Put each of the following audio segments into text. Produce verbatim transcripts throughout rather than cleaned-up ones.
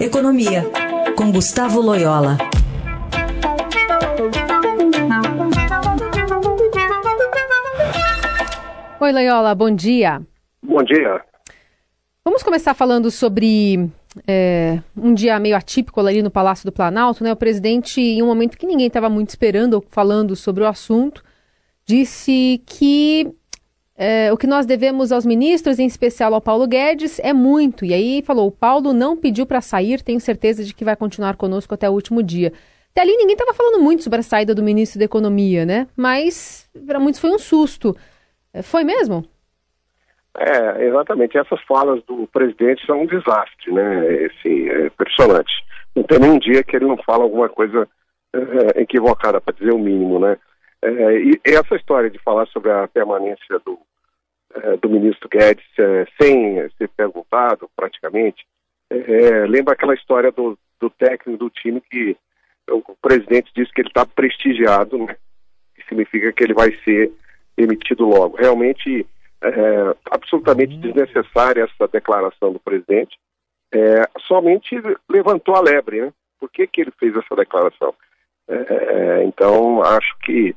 Economia, com Gustavo Loyola. Oi, Loyola, bom dia. Bom dia. Vamos começar falando sobre é, um dia meio atípico ali no Palácio do Planalto, né? O presidente, em um momento que ninguém estava muito esperando ou falando sobre o assunto, disse que é, o que nós devemos aos ministros, em especial ao Paulo Guedes, é muito. E aí falou, o Paulo não pediu para sair, tenho certeza de que vai continuar conosco até o último dia. Até ali ninguém estava falando muito sobre a saída do ministro da Economia, né? Mas para muitos foi um susto. Foi mesmo? É, exatamente. Essas falas do presidente são um desastre, né? Assim, é impressionante. Não tem nenhum dia que ele não fala alguma coisa é, equivocada, para dizer o mínimo, né? É, e essa história de falar sobre a permanência do, é, do ministro Guedes é, sem ser perguntado, praticamente, é, lembra aquela história do, do técnico do time que o presidente disse que ele está prestigiado, né? Que significa que ele vai ser emitido logo. Realmente é absolutamente desnecessária essa declaração do presidente. É, somente levantou a lebre, né? Por que que ele fez essa declaração? É, então, acho que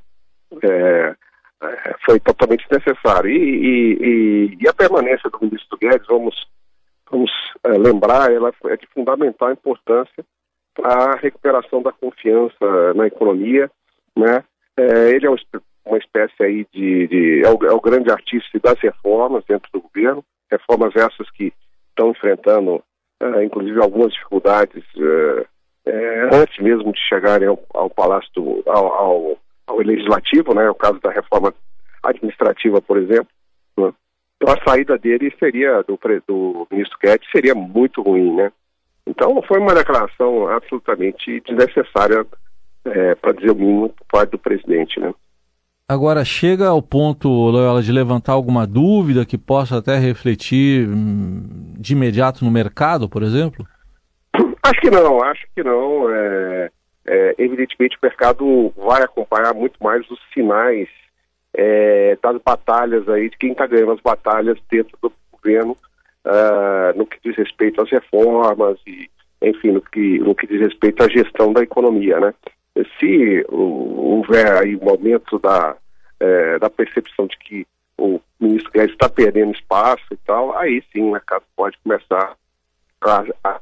é, foi totalmente desnecessário. E, e, e, e a permanência do ministro Guedes, vamos, vamos é, lembrar, ela é de fundamental importância para a recuperação da confiança na economia, né? É, ele é um uma espécie aí de... de é, o, é o grande artífice das reformas dentro do governo, reformas essas que estão enfrentando, uh, inclusive, algumas dificuldades uh, é, antes mesmo de chegarem ao, ao Palácio, do, ao, ao, ao Legislativo, né? O caso da reforma administrativa, por exemplo. Né? Então, a saída dele seria, do, do ministro Guedes, seria muito ruim, né? Então, foi uma declaração absolutamente desnecessária, é, para dizer o mínimo, por parte do presidente, né? Agora, chega ao ponto, Loyola, de levantar alguma dúvida que possa até refletir hum, de imediato no mercado, por exemplo? Acho que não, acho que não. É, é, evidentemente, o mercado vai acompanhar muito mais os sinais é, das batalhas aí, de quem está ganhando as batalhas dentro do governo, uh, no que diz respeito às reformas e, enfim, no que, no que diz respeito à gestão da economia, né? Se houver aí um aumento da, é, da percepção de que o ministro Guedes está perdendo espaço e tal, aí sim o mercado pode começar a... a...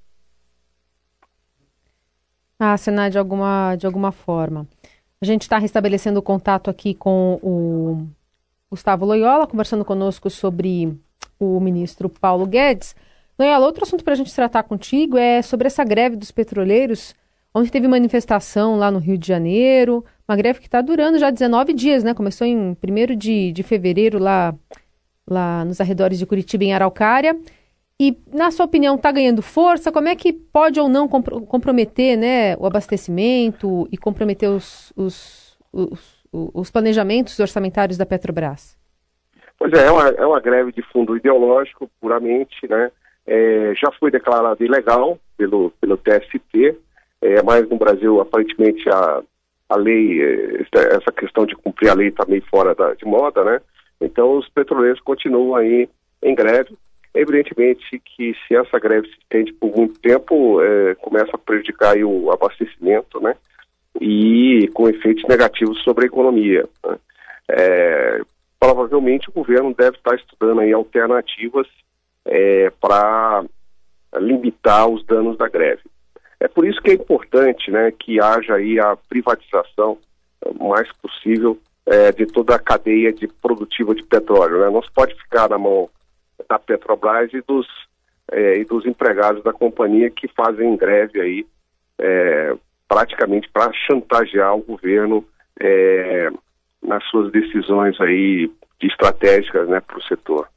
a assinar de alguma, de alguma forma. A gente está restabelecendo o contato aqui com o Gustavo Loyola, conversando conosco sobre o ministro Paulo Guedes. Loyola, outro assunto para a gente tratar contigo é sobre essa greve dos petroleiros. Ontem teve manifestação lá no Rio de Janeiro, uma greve que está durando já dezenove dias, né? Começou em primeiro de, de fevereiro lá, lá nos arredores de Curitiba, em Araucária. E, na sua opinião, está ganhando força? Como é que pode ou não compro- comprometer, né, o abastecimento e comprometer os, os, os, os planejamentos orçamentários da Petrobras? Pois é, é uma, é uma greve de fundo ideológico, puramente, né? É, já foi declarada ilegal pelo, pelo T S T, É, mas no Brasil, aparentemente, a, a lei, essa questão de cumprir a lei está meio fora da, de moda, né? Então, os petroleiros continuam aí em greve. Evidentemente que se essa greve se estende por muito tempo, é, começa a prejudicar aí o abastecimento, né? E com efeitos negativos sobre a economia, né? É, provavelmente o governo deve estar estudando aí alternativas é, para limitar os danos da greve. É por isso que é importante, né, que haja aí a privatização o mais possível é, de toda a cadeia de produtiva de petróleo, né? Não se pode ficar na mão da Petrobras e dos, é, e dos empregados da companhia que fazem greve aí é, praticamente para chantagear o governo é, nas suas decisões aí estratégicas, né, para o setor.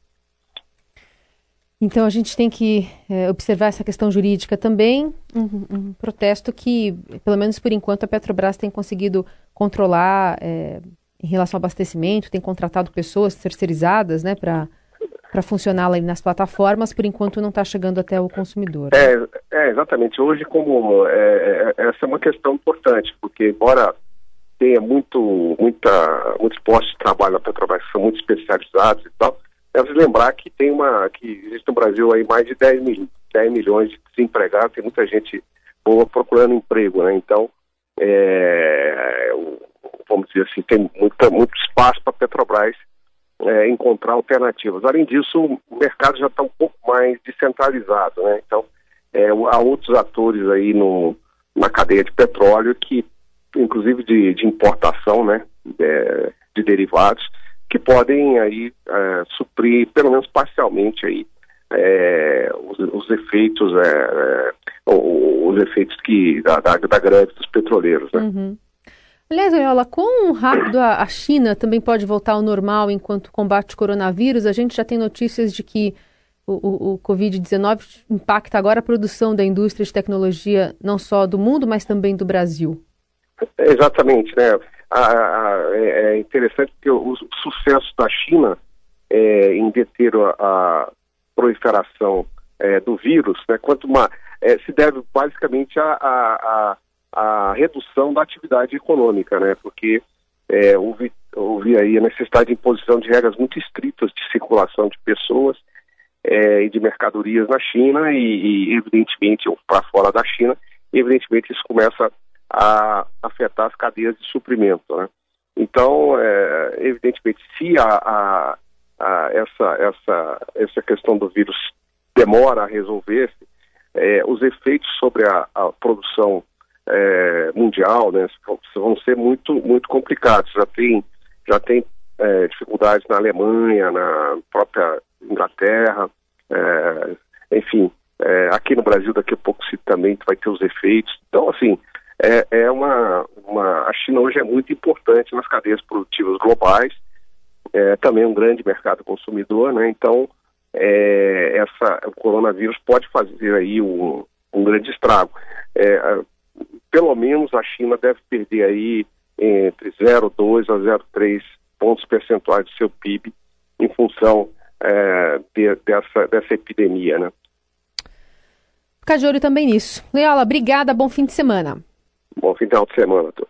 Então a gente tem que é, observar essa questão jurídica também, um, um protesto que, pelo menos por enquanto, a Petrobras tem conseguido controlar é, em relação ao abastecimento, tem contratado pessoas terceirizadas, né, para para funcionar lá nas plataformas, por enquanto não está chegando até o consumidor. É, é exatamente. Hoje, como é, é, essa é uma questão importante, porque embora tenha muito, muita, muitos postos de trabalho na Petrobras que são muito especializados e tal, deve lembrar que tem uma, que existe no Brasil aí mais de dez dez milhões de desempregados, tem muita gente boa procurando emprego, né? Então, é, vamos dizer assim, tem muita, muito espaço para a Petrobras é, encontrar alternativas. Além disso, o mercado já está um pouco mais descentralizado, né? Então, é, há outros atores aí no, na cadeia de petróleo que, inclusive de, de importação, né, é, de derivados, que podem aí é, suprir, pelo menos parcialmente aí, é, os, os efeitos, é, é, os efeitos que, da, da, da greve dos petroleiros, né? Uhum. Aliás, Loyola, quão rápido a, a China também pode voltar ao normal enquanto combate o coronavírus? A gente já tem notícias de que o, o, o covid dezenove impacta agora a produção da indústria de tecnologia, não só do mundo, mas também do Brasil. Exatamente, né? A, a, é interessante porque o, o sucesso da China é, em deter a, a proliferação é, do vírus, né, quanto uma, é, se deve basicamente à a, a, a redução da atividade econômica, né? Porque é, houve, houve aí a necessidade de imposição de regras muito estritas de circulação de pessoas é, e de mercadorias na China e, e evidentemente, para fora da China, evidentemente isso começa a afetar as cadeias de suprimento, né? Então, é, evidentemente, se a, a, a, essa, essa, essa questão do vírus demora a resolver-se, é, os efeitos sobre a, a produção é, mundial, né, vão ser muito, muito complicados. Já tem, já tem é, dificuldades na Alemanha, na própria Inglaterra, é, enfim, é, aqui no Brasil daqui a pouco se também vai ter os efeitos. Então, assim, É, é uma, uma... A China hoje é muito importante nas cadeias produtivas globais, é também um grande mercado consumidor, né? Então, é, essa, o coronavírus pode fazer aí um, um grande estrago. É, pelo menos a China deve perder aí entre zero vírgula dois a zero vírgula três pontos percentuais do seu P I B em função é, de, dessa, dessa epidemia, né? Ficar de olho também nisso. Loyola, obrigada, bom fim de semana. Bom final de semana a todos.